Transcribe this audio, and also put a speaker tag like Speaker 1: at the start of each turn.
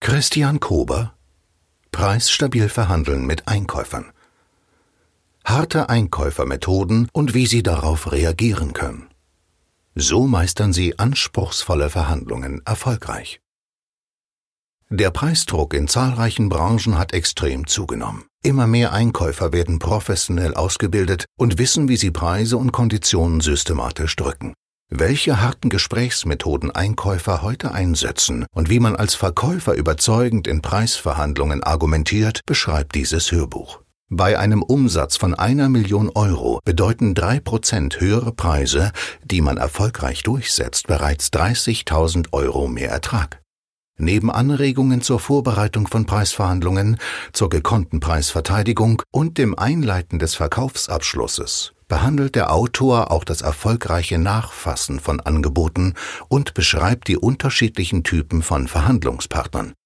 Speaker 1: Christian Kober: Preisstabil verhandeln mit Einkäufern. Harte Einkäufermethoden und wie Sie darauf reagieren können. So meistern Sie anspruchsvolle Verhandlungen erfolgreich. Der Preisdruck in zahlreichen Branchen hat extrem zugenommen. Immer mehr Einkäufer werden professionell ausgebildet und wissen, wie sie Preise und Konditionen systematisch drücken. Welche harten Gesprächsmethoden Einkäufer heute einsetzen und wie man als Verkäufer überzeugend in Preisverhandlungen argumentiert, beschreibt dieses Hörbuch. Bei einem Umsatz von 1 Million Euro bedeuten 3% höhere Preise, die man erfolgreich durchsetzt, bereits 30.000 Euro mehr Ertrag. Neben Anregungen zur Vorbereitung von Preisverhandlungen, zur gekonnten Preisverteidigung und dem Einleiten des Verkaufsabschlusses behandelt der Autor auch das erfolgreiche Nachfassen von Angeboten und beschreibt die unterschiedlichen Typen von Verhandlungspartnern.